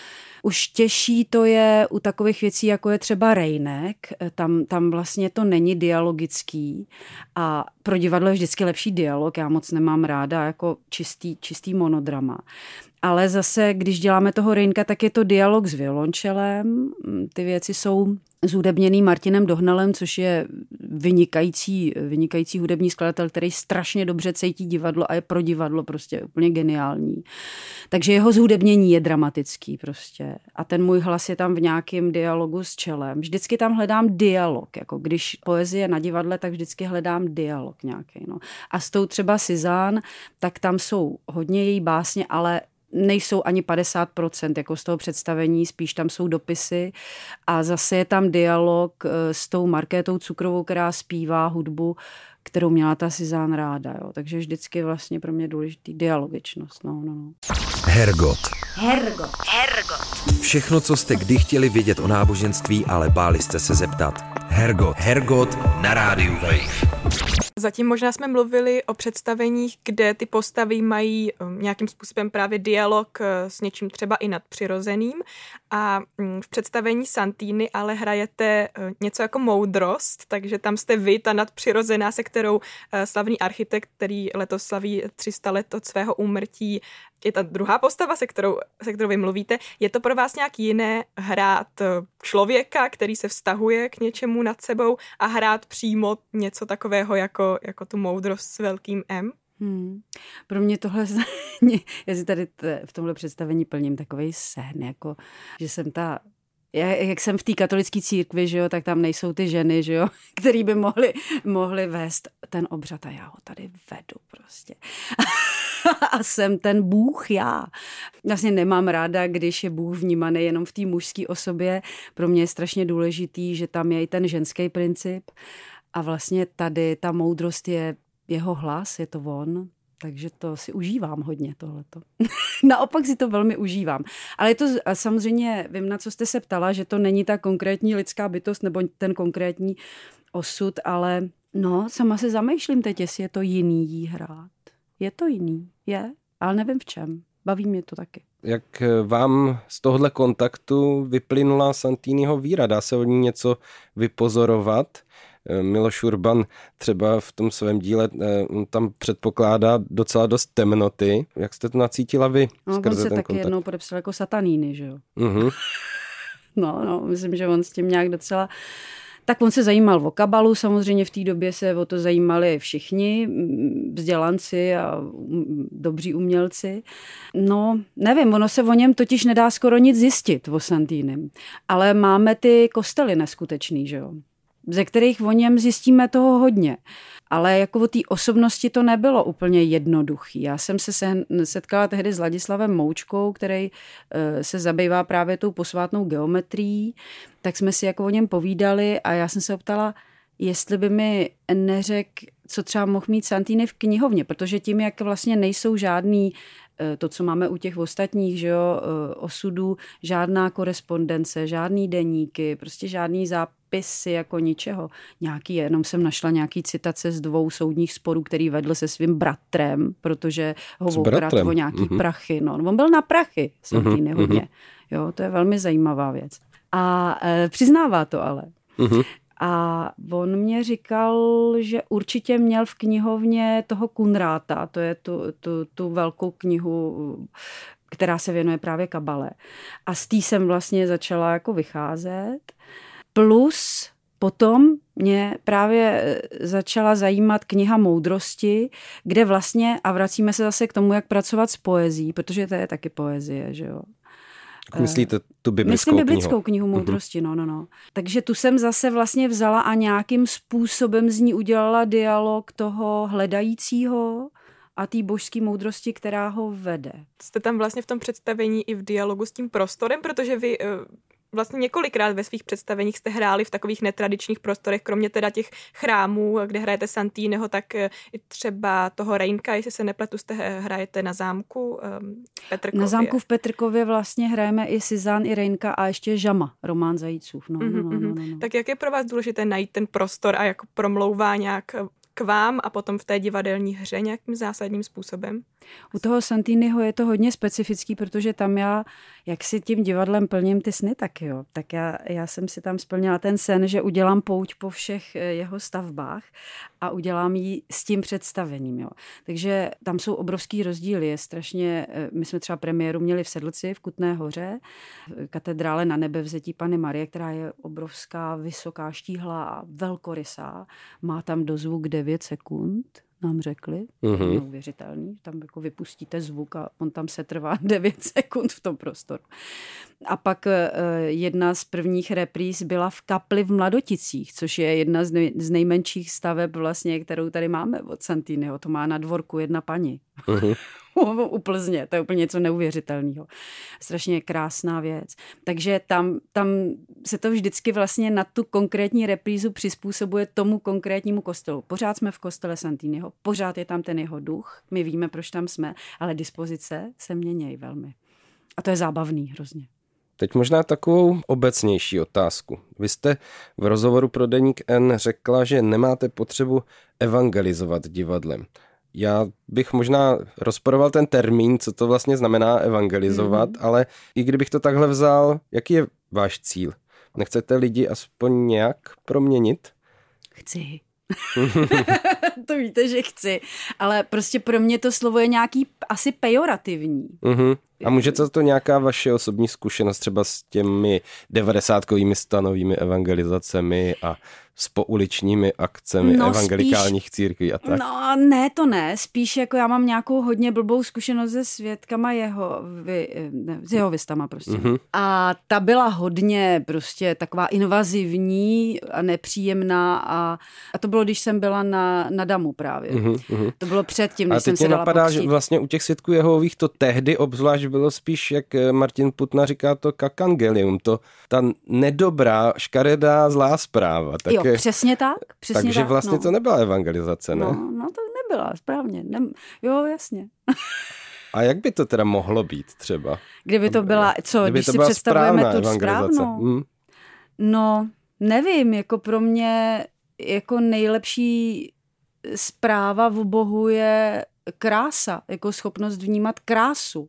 Už těžší to je u takových věcí, jako je třeba Rejnek, tam, tam vlastně to není dialogický a pro divadlo je vždycky lepší dialog, já moc nemám ráda jako čistý, čistý monodrama. Ale zase, když děláme toho Rejnka, tak je to dialog s violončelem, ty věci jsou zhudebněný Martinem Dohnalem, což je vynikající, vynikající hudební skladatel, který strašně dobře cítí divadlo a je pro divadlo prostě úplně geniální. Takže jeho zhudebnění je dramatický prostě. A ten můj hlas je tam v nějakém dialogu s čelem. Vždycky tam hledám dialog. Jako když poezie na divadle, tak vždycky hledám dialog nějaký. No. A s tou třeba Sizán, tak tam jsou hodně její básně, ale nejsou ani padesát procent jako z toho představení, spíš tam jsou dopisy a zase je tam dialog s tou Markétou Cukrovou, která zpívá hudbu, kterou měla ta Sizán ráda. Jo. Takže vždycky vlastně pro mě důležitý dialogičnost. No, no, no. Hergot. Hergot. Hergot. Všechno, co jste kdy chtěli vědět o náboženství, ale báli jste se zeptat. Hergot. Hergot na rádiu Wave. Zatím možná jsme mluvili o představeních, kde ty postavy mají nějakým způsobem právě dialog s něčím třeba i nadpřirozeným a v představení Santýny ale hrajete něco jako moudrost, takže tam jste vy, ta nadpřirozená, se kterou slavný architekt, který letos slaví tři sta let od svého úmrtí, je ta druhá postava, se kterou, se kterou vy mluvíte. Je to pro vás nějak jiné hrát člověka, který se vztahuje k něčemu nad sebou a hrát přímo něco takového jako, jako tu moudrost s velkým M? Hmm. Pro mě tohle, já si tady v tomhle představení plním takovej sen, jako, že jsem ta, jak jsem v té katolické církvi, že jo, tak tam nejsou ty ženy, že jo, který by mohly, mohly vést ten obřad a já ho tady vedu prostě. A jsem ten Bůh já. Vlastně nemám ráda, když je Bůh vnímaný jenom v té mužské osobě. Pro mě je strašně důležitý, že tam je i ten ženský princip a vlastně tady ta moudrost je jeho hlas, je to on, takže to si užívám hodně tohleto. Naopak si to velmi užívám. Ale je to samozřejmě, vím, na co jste se ptala, že to není ta konkrétní lidská bytost nebo ten konkrétní osud, ale no, sama se zamýšlím teď, jestli je to jiný jí hrát. Je to jiný, je, ale nevím v čem. Baví mě to taky. Jak vám z tohohle kontaktu vyplynula Santýnyho víra? Dá se od ní něco vypozorovat? Miloš Urban třeba v tom svém díle tam předpokládá docela dost temnoty. Jak jste to nacítila vy? No, on se taky kontakt? jednou podepsal jako Sataníny, že jo? Uh-huh. No, no, myslím, že on s tím nějak docela... Tak on se zajímal o kabalu, samozřejmě v té době se o to zajímali všichni, vzdělanci a dobří umělci. No, nevím, ono se o něm totiž nedá skoro nic zjistit, o Santýnym. Ale máme ty kostely neskutečný, že jo? Ze kterých o něm zjistíme toho hodně. Ale jako o té osobnosti to nebylo úplně jednoduchý. Já jsem se setkala tehdy s Ladislavem Moučkou, který se zabývá právě tou posvátnou geometrií, tak jsme si jako o něm povídali a já jsem se optala, jestli by mi neřekl, co třeba mohl mít Santýny v knihovně, protože tím, jak vlastně nejsou žádný, to, co máme u těch ostatních, že jo, osudů, žádná korespondence, žádný deníky, prostě žádný zápisy, spisy jako ničeho. Nějaký, jenom jsem našla nějaký citace z dvou soudních sporů, který vedl se svým bratrem, protože ho okradl o nějaký mm-hmm. prachy. No, on byl na prachy, Santini mm-hmm. hodně. Jo, to je velmi zajímavá věc. A e, přiznává to ale. Mm-hmm. A on mě říkal, že určitě měl v knihovně toho Kunráta, to je tu, tu, tu velkou knihu, která se věnuje právě kabale. A z té jsem vlastně začala jako vycházet. Plus potom mě právě začala zajímat kniha Moudrosti, kde vlastně, a vracíme se zase k tomu, jak pracovat s poezí, protože to je taky poezie, že jo. Myslíte tu biblickou Myslím biblickou knihu, knihu Moudrosti, no, no, no. Takže tu jsem zase vlastně vzala a nějakým způsobem z ní udělala dialog toho hledajícího a té božské moudrosti, která ho vede. Jste tam vlastně v tom představení i v dialogu s tím prostorem, protože vy vlastně několikrát ve svých představeních jste hráli v takových netradičních prostorech, kromě teda těch chrámů, kde hrajete Santiniho, tak i třeba toho Reinka, jestli se nepletu, jste hrajete na zámku v Petrkově. Na zámku v Petrkově vlastně hrajeme i Sizán, i Reinka a ještě Žama, román Zajícův. No, mm-hmm, no, no, no, no. Tak jak je pro vás důležité najít ten prostor a jak promlouvá nějak k vám a potom v té divadelní hře nějakým zásadním způsobem? U toho Santiniho je to hodně specifický, protože tam já, jak si tím divadlem plním ty sny, tak jo. Tak já, já jsem si tam splnila ten sen, že udělám pouť po všech jeho stavbách a udělám ji s tím představením. Jo. Takže tam jsou obrovský rozdíly. Je strašně, my jsme třeba premiéru měli v Sedlci, v Kutné Hoře, v katedrále Na Nebevzetí Panny Marie, která je obrovská, vysoká, štíhlá, velkorysá. Má tam dozvuk devět sekund, nám řekli, mm-hmm. neuvěřitelný, tam jako vypustíte zvuk a on tam se trvá devět sekund v tom prostoru. A pak jedna z prvních repríz byla v kapli v Mladoticích, což je jedna z, nej, z nejmenších staveb vlastně, kterou tady máme od Santiniho. To má na dvorku jedna paní. Mm-hmm. U Plzně, to je úplně něco neuvěřitelného. Strašně krásná věc. Takže tam, tam se to vždycky vlastně na tu konkrétní reprízu přizpůsobuje tomu konkrétnímu kostelu. Pořád jsme v kostele Santiniho, pořád je tam ten jeho duch, my víme, proč tam jsme, ale dispozice se mění velmi. A to je zábavný hrozně. Teď možná takovou obecnější otázku. Vy jste v rozhovoru pro Deník N řekla, že nemáte potřebu evangelizovat divadlem. Já bych možná rozporoval ten termín, co to vlastně znamená evangelizovat, mm. ale i kdybych to takhle vzal, jaký je váš cíl? Nechcete lidi aspoň nějak proměnit? Chci. To víte, že chci. Ale prostě pro mě to slovo je nějaký asi pejorativní. Mm-hmm. A může to, to nějaká vaše osobní zkušenost třeba s těmi devadesátkovými stanovými evangelizacemi a s pouličními akcemi no, evangelikálních spíš, církví a tak? No ne, to ne. Spíš jako já mám nějakou hodně blbou zkušenost se svědkama jeho, vy, ne, s jeho vystama prostě. Mm-hmm. A ta byla hodně prostě taková invazivní a nepříjemná a, a to bylo, když jsem byla na, na Damu právě. Mm-hmm. To bylo předtím, než jsem se dala napadá, pokřít. Že vlastně u těch svědků Jehovových to tehdy obzvlášť bylo spíš, jak Martin Putna říká, to kakangelium, to ta nedobrá, škaredá, zlá zpráva. Tak jo, je, přesně tak. Přesně takže tak, vlastně no. to nebyla evangelizace, ne? No, no to nebyla, správně. Ne, jo, jasně. A jak by to teda mohlo být třeba? Kdyby to byla, co, Kdyby když to si byla představujeme tu správnou? Hmm. No, nevím, jako pro mě jako nejlepší zpráva v Bohu je krása, jako schopnost vnímat krásu.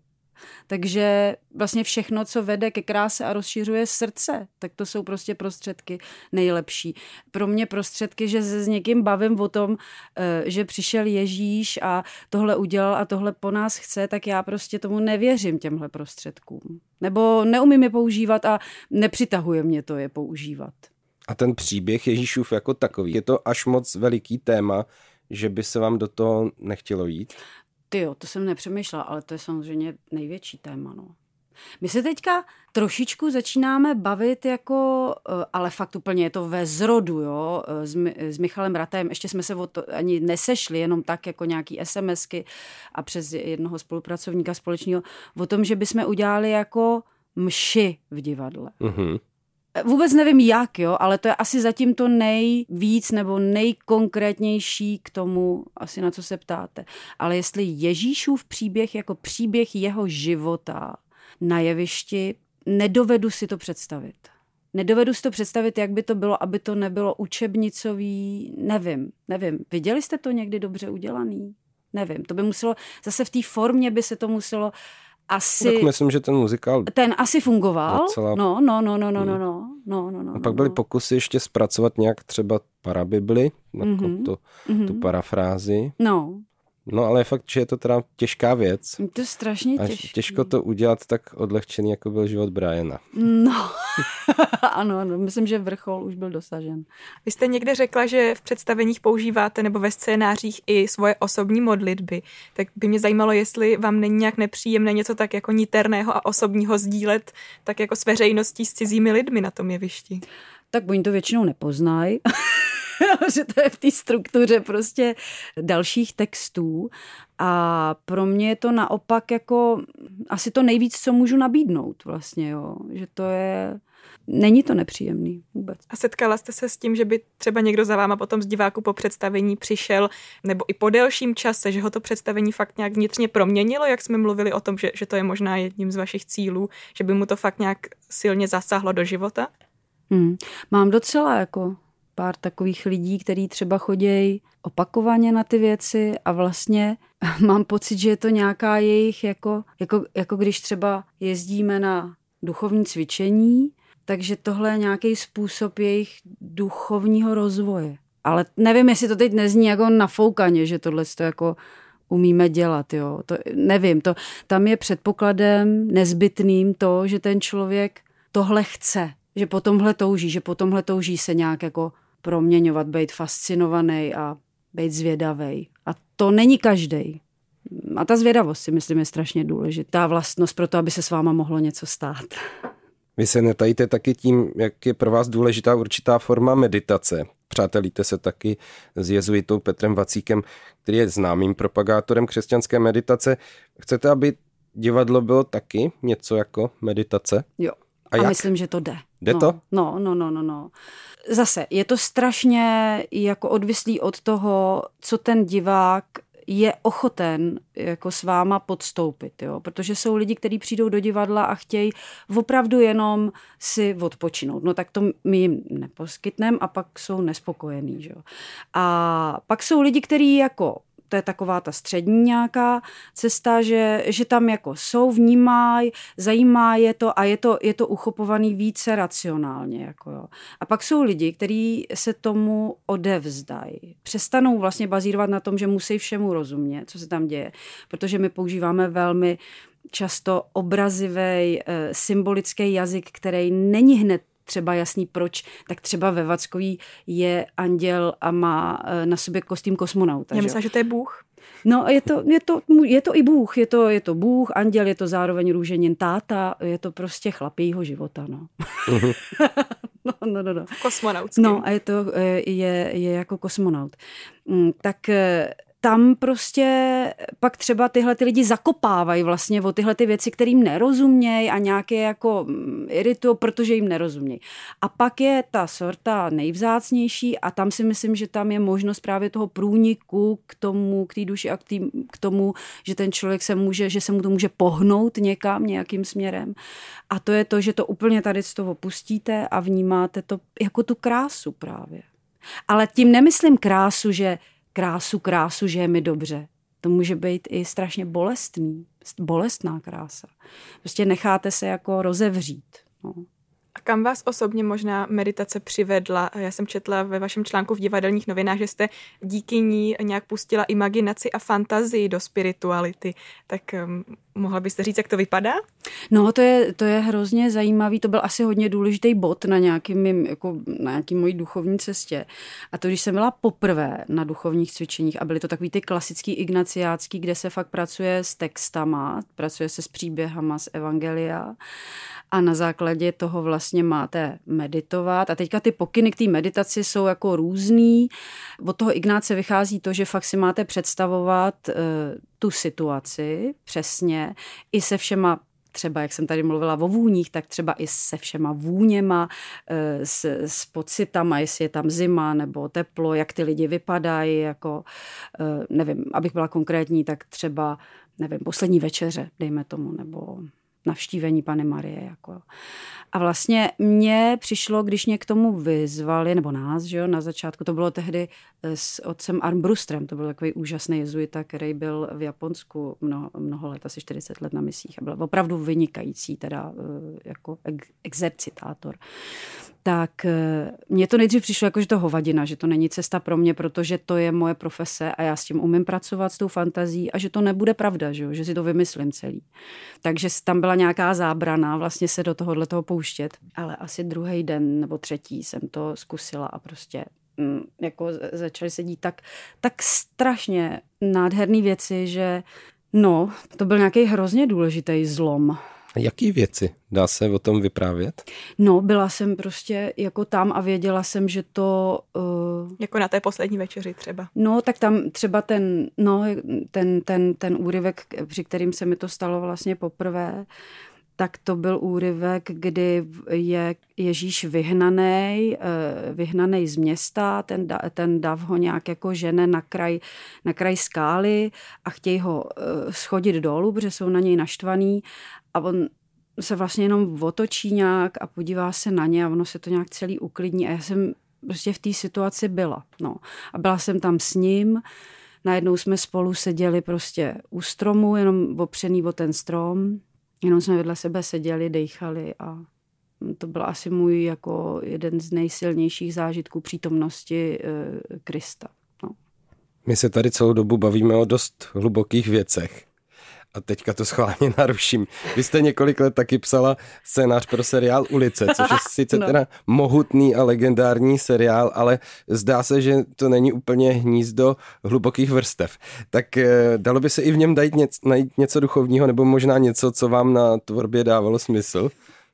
Takže vlastně všechno, co vede ke kráse a rozšiřuje srdce, tak to jsou prostě prostředky nejlepší. Pro mě prostředky, že se s někým bavím o tom, že přišel Ježíš a tohle udělal a tohle po nás chce, tak já prostě tomu nevěřím, těmhle prostředkům. Nebo neumím je používat a nepřitahuje mě to je používat. A ten příběh Ježíšův jako takový, je to až moc veliký téma, že by se vám do toho nechtělo jít? Tyjo, to jsem nepřemýšlela, ale to je samozřejmě největší téma, no. My se teďka trošičku začínáme bavit jako, ale fakt úplně je to ve zrodu, jo, s, s Michalem Ratajem, ještě jsme se o to ani nesešli, jenom tak jako nějaký SMSky a přes jednoho spolupracovníka společného, o tom, že bychom udělali jako mši v divadle. Mhm. Vůbec nevím jak, jo, ale to je asi zatím to nejvíc nebo nejkonkrétnější k tomu, asi na co se ptáte. Ale jestli Ježíšův příběh jako příběh jeho života na jevišti, nedovedu si to představit. nedovedu si to představit, jak by to bylo, aby to nebylo učebnicový, nevím, nevím. Viděli jste to někdy dobře udělaný? Nevím, to by muselo, zase v té formě by se to muselo asi... Tak myslím, že ten muzikál... Ten asi fungoval. Docela... No, no, no, no, no, no, no, no, no, no. A pak byly pokusy ještě zpracovat nějak třeba parabibli, mm-hmm. to, mm-hmm. tu parafrázi. No. No, ale je fakt, že je to teda těžká věc. To je strašně těžké. Těžko to udělat tak odlehčený, jako byl život Briana. No, ano, ano, myslím, že vrchol už byl dosažen. Vy jste někde řekla, že v představeních používáte nebo ve scénářích i svoje osobní modlitby. Tak by mě zajímalo, jestli vám není nějak nepříjemné něco tak jako niterného a osobního sdílet tak jako s veřejností, s cizími lidmi na tom jevišti. Tak oni to většinou nepoznají. Že to je v té struktuře prostě dalších textů a pro mě je to naopak jako asi to nejvíc, co můžu nabídnout vlastně, jo. Že to je, není to nepříjemný vůbec. A setkala jste se s tím, že by třeba někdo za váma potom z diváků po představení přišel, nebo i po delším čase, že ho to představení fakt nějak vnitřně proměnilo, jak jsme mluvili o tom, že, že to je možná jedním z vašich cílů, že by mu to fakt nějak silně zasáhlo do života? Hmm. Mám docela jako pár takových lidí, kteří třeba chodějí opakovaně na ty věci a vlastně mám pocit, že je to nějaká jejich, jako, jako, jako když třeba jezdíme na duchovní cvičení, takže tohle je nějaký způsob jejich duchovního rozvoje. Ale nevím, jestli to teď nezní jako nafoukaně, že tohle to jako umíme dělat, jo. To, nevím, to, tam je předpokladem nezbytným to, že ten člověk tohle chce, že po tomhle touží, že po tomhle touží se nějak jako proměňovat, být fascinovaný a být zvědavej. A to není každej. A ta zvědavost si myslím je strašně důležitá vlastnost pro to, aby se s váma mohlo něco stát. Vy se netajíte taky tím, jak je pro vás důležitá určitá forma meditace. Přátelíte se taky s jezuitou Petrem Vacíkem, který je známým propagátorem křesťanské meditace. Chcete, aby divadlo bylo taky něco jako meditace? Jo. A, a myslím, že to jde. Jde no, to? No, no, no, no, no. Zase, je to strašně jako odvislý od toho, co ten divák je ochoten jako s váma podstoupit, jo? Protože jsou lidi, kteří přijdou do divadla a chtějí opravdu jenom si odpočinout. No tak to my jim neposkytneme a pak jsou nespokojení, že jo? A pak jsou lidi, kteří jako to je taková ta střední nějaká cesta, že, že tam jako jsou, vnímají, zajímá je to a je to, je to uchopovaný více racionálně. Jako jo. A pak jsou lidi, kteří se tomu odevzdají. Přestanou vlastně bazírovat na tom, že musí všemu rozumět, co se tam děje. Protože my používáme velmi často obrazivý, symbolický jazyk, který není hned třeba jasný proč, tak třeba ve Vackový je anděl a má na sobě kostým kosmonauta. Já myslím, že to je Bůh. No je to, je to, je to i Bůh, je to, je to Bůh, anděl, je to zároveň růženin táta, je to prostě chlap jejího života, no. Uh-huh. no, no, no, no. Kosmonautský. No a je to, je, je jako kosmonaut. Tak tam prostě pak třeba tyhle ty lidi zakopávají vlastně o tyhle ty věci, kterým nerozumějí a nějaké jako iritují, protože jim nerozumějí. A pak je ta sorta nejvzácnější a tam si myslím, že tam je možnost právě toho průniku k tomu, k té duši a k, tý, k tomu, že ten člověk se může, že se mu to může pohnout někam, nějakým směrem. A to je to, že to úplně tady z toho opustíte a vnímáte to jako tu krásu právě. Ale tím nemyslím krásu, že krásu, krásu, že je mi dobře. To může být i strašně bolestný, bolestná krása. Prostě necháte se jako rozevřít. No. A kam vás osobně možná meditace přivedla? Já jsem četla ve vašem článku v Divadelních novinách, že jste díky ní nějak pustila imaginaci a fantazii do spirituality. Tak um, mohla byste říct, jak to vypadá? No, to je, to je hrozně zajímavý. To byl asi hodně důležitý bod na nějakým mým, jako, na nějaký mojí duchovní cestě. A to, když jsem byla poprvé na duchovních cvičeních a byly to takový ty klasický ignaciácký, kde se fakt pracuje s textama, pracuje se s příběhama z evangelia a na základě toho vlastně máte meditovat. A teďka ty pokyny k té meditaci jsou jako různý. Od toho Ignáce vychází to, že fakt si máte představovat e, tu situaci přesně i se všema třeba, jak jsem tady mluvila o vůních, tak třeba i se všema vůněma, s, s pocitama, jestli je tam zima nebo teplo, jak ty lidi vypadají, jako, nevím, abych byla konkrétní, tak třeba, nevím, poslední večeře, dejme tomu, nebo navštívení Panny Marie. Jako. A vlastně mně přišlo, když mě k tomu vyzvali, nebo nás, že jo, na začátku, to bylo tehdy s otcem Armbrustrem, to byl takový úžasný jezuita, který byl v Japonsku mnoho, mnoho let, asi čtyřicet let na misích a byl opravdu vynikající, teda jako exercitátor. Tak mně to nejdřív přišlo jako, že to hovadina, že to není cesta pro mě, protože to je moje profese a já s tím umím pracovat, s tou fantazí a že to nebude pravda, že, jo? Že si to vymyslím celý. Takže tam byla nějaká zábrana vlastně se do tohohle toho pouštět, ale asi druhý den nebo třetí jsem to zkusila a prostě mm, jako začaly se dít tak, tak strašně nádherný věci, že no, to byl nějaký hrozně důležitý zlom. Jaký věci? Dá se o tom vyprávět? No, byla jsem prostě jako tam a věděla jsem, že to... Uh... Jako na té poslední večeři třeba. No, tak tam třeba ten, no, ten, ten, ten úryvek, při kterým se mi to stalo vlastně poprvé, tak to byl úryvek, kdy je Ježíš vyhnaný, vyhnaný z města, ten, ten dav ho nějak jako žene na kraj, na kraj skály a chtějí ho schodit dolů, protože jsou na něj naštvaný a on se vlastně jenom otočí nějak a podívá se na ně a ono se to nějak celý uklidní a já jsem prostě v té situaci byla. No. A byla jsem tam s ním, najednou jsme spolu seděli prostě u stromu, jenom opřený o ten strom, jenom jsme vedle sebe seděli, dejchali a to byl asi můj jako jeden z nejsilnějších zážitků přítomnosti e, Krista. No. My se tady celou dobu bavíme o dost hlubokých věcech. A teďka to schválně naruším. Vy jste několik let taky psala scénář pro seriál Ulice, což je sice no. teda mohutný a legendární seriál, ale zdá se, že to není úplně hnízdo hlubokých vrstev. Tak eh, dalo by se i v něm najít něco, najít něco duchovního, nebo možná něco, co vám na tvorbě dávalo smysl?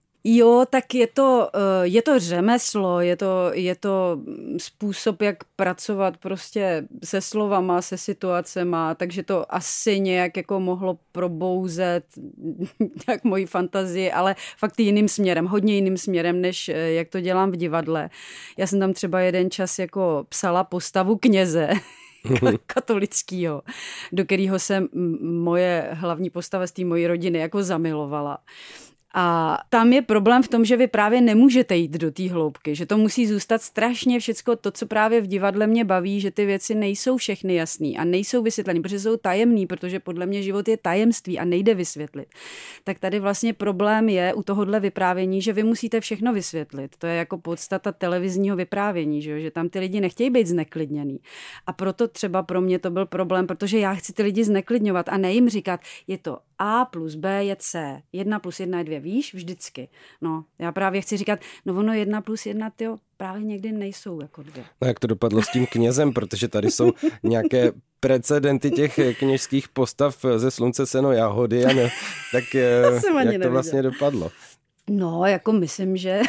Jo, tak je to, je to řemeslo, je to, je to způsob, jak pracovat prostě se slovama, se situacema, takže to asi nějak jako mohlo probouzet jak moji fantazii, ale fakt jiným směrem, hodně jiným směrem, než jak to dělám v divadle. Já jsem tam třeba jeden čas jako psala postavu kněze, katolickýho, do kterého se moje hlavní postava z té mojí rodiny jako zamilovala. A tam je problém v tom, že vy právě nemůžete jít do té hloubky, že to musí zůstat strašně všecko to, co právě v divadle mě baví, že ty věci nejsou všechny jasný a nejsou vysvětlený, protože jsou tajemný, protože podle mě život je tajemství a nejde vysvětlit. Tak tady vlastně problém je u tohohle vyprávění, že vy musíte všechno vysvětlit. To je jako podstata televizního vyprávění, že, že tam ty lidi nechtějí být zneklidněný. A proto třeba pro mě to byl problém, protože já chci ty lidi zneklidňovat a ne jim říkat, je to A plus B je C, jedna plus jedna je dvě, víš, vždycky. No, já právě chci říkat, no ono jedna plus jedna, tyjo, právě někdy nejsou jako dvě. No jak to dopadlo s tím knězem, protože tady jsou nějaké precedenty těch kněžských postav ze Slunce, seno, jahody, a ne, tak to jak to vlastně dopadlo? No, jako myslím, že,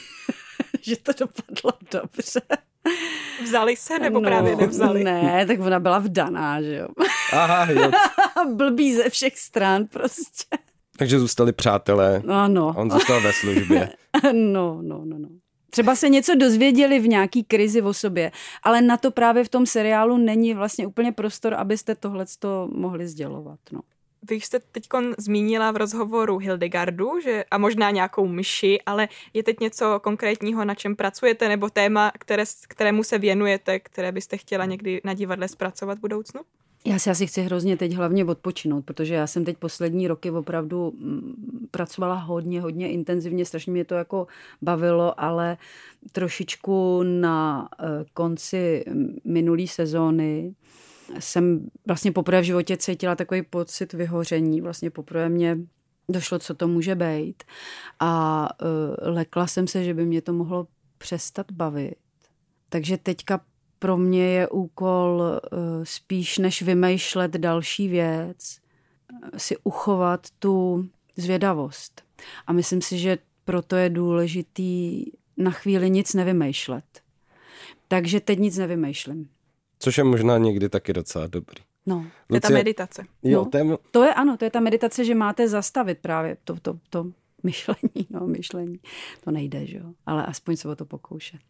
že to dopadlo dobře. Vzali se, nebo no, právě nevzali? Ne, tak ona byla vdaná, že jo. Aha, jo. Blbý ze všech stran prostě. Takže zůstali přátelé. Ano. On zůstal ve službě. No, no, no, no. Třeba se něco dozvěděli v nějaký krizi o sobě, ale na to právě v tom seriálu není vlastně úplně prostor, abyste tohleto mohli sdělovat, no. Vy jste teď zmínila v rozhovoru Hildegardu, že, a možná nějakou myši, ale je teď něco konkrétního, na čem pracujete, nebo téma, které, kterému se věnujete, které byste chtěla někdy na divadle zpracovat v budoucnu? Já si asi chci hrozně teď hlavně odpočinout, protože já jsem teď poslední roky opravdu pracovala hodně, hodně intenzivně, strašně mě to jako bavilo, ale trošičku na konci minulý sezóny jsem vlastně poprvé v životě cítila takový pocit vyhoření. Vlastně poprvé mě došlo, co to může být. A uh, lekla jsem se, že by mě to mohlo přestat bavit. Takže teďka pro mě je úkol uh, spíš než vymýšlet další věc, si uchovat tu zvědavost. A myslím si, že proto je důležitý na chvíli nic nevymýšlet. Takže teď nic nevymýšlím. Což je možná někdy taky docela dobrý. No, Lucie, to je ta meditace. Jo, no, to, je... to je ano, to je ta meditace, že máte zastavit právě to, to, to myšlení, no myšlení. To nejde, že jo, ale aspoň se o to pokoušet.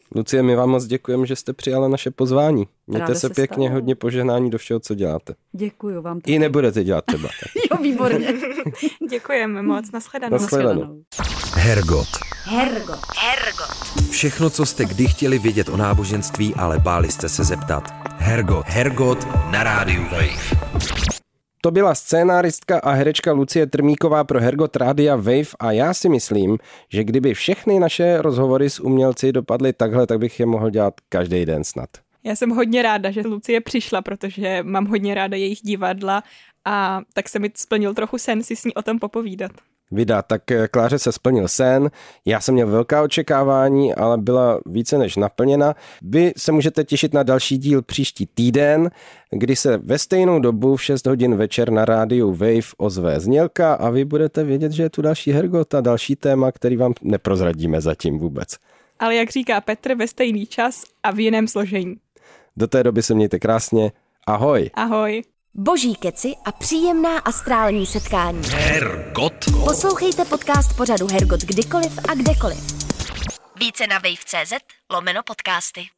Lucie, my vám moc děkujeme, že jste přijala naše pozvání. Mějte Ráda se se pěkně, stalo. hodně požehnání do všeho, co děláte. Děkuju vám taky. I nebudete dělat třeba. Jo, výborně. Děkujeme moc, nashledanou. Nashledanou. Hergot. Hergot. Hergot. Všechno, co jste kdy chtěli vědět o náboženství, ale báli jste se zeptat. Hergot. Hergot na rádiu Wave. To byla scénáristka a herečka Lucie Trmíková pro Hergot Rádia Wave a já si myslím, že kdyby všechny naše rozhovory s umělci dopadly takhle, tak bych je mohl dělat každý den snad. Já jsem hodně ráda, že Lucie přišla, protože mám hodně ráda jejich divadla a tak se mi splnil trochu sen si s ní o tom popovídat. Vida, tak Kláře se splnil sen, já jsem měl velká očekávání, ale byla více než naplněna. Vy se můžete těšit na další díl příští týden, kdy se ve stejnou dobu v šest hodin večer na rádiu Wave ozve znělka a vy budete vědět, že je tu další Hergot a další téma, který vám neprozradíme zatím vůbec. Ale jak říká Petr, ve stejný čas a v jiném složení. Do té doby se mějte krásně. Ahoj. Ahoj. Boží keci a příjemná astrální setkání. Hergot. Poslouchejte podcast pořadu Hergot kdykoliv a kdekoliv. Více na wave tečka cz lomeno podcasty.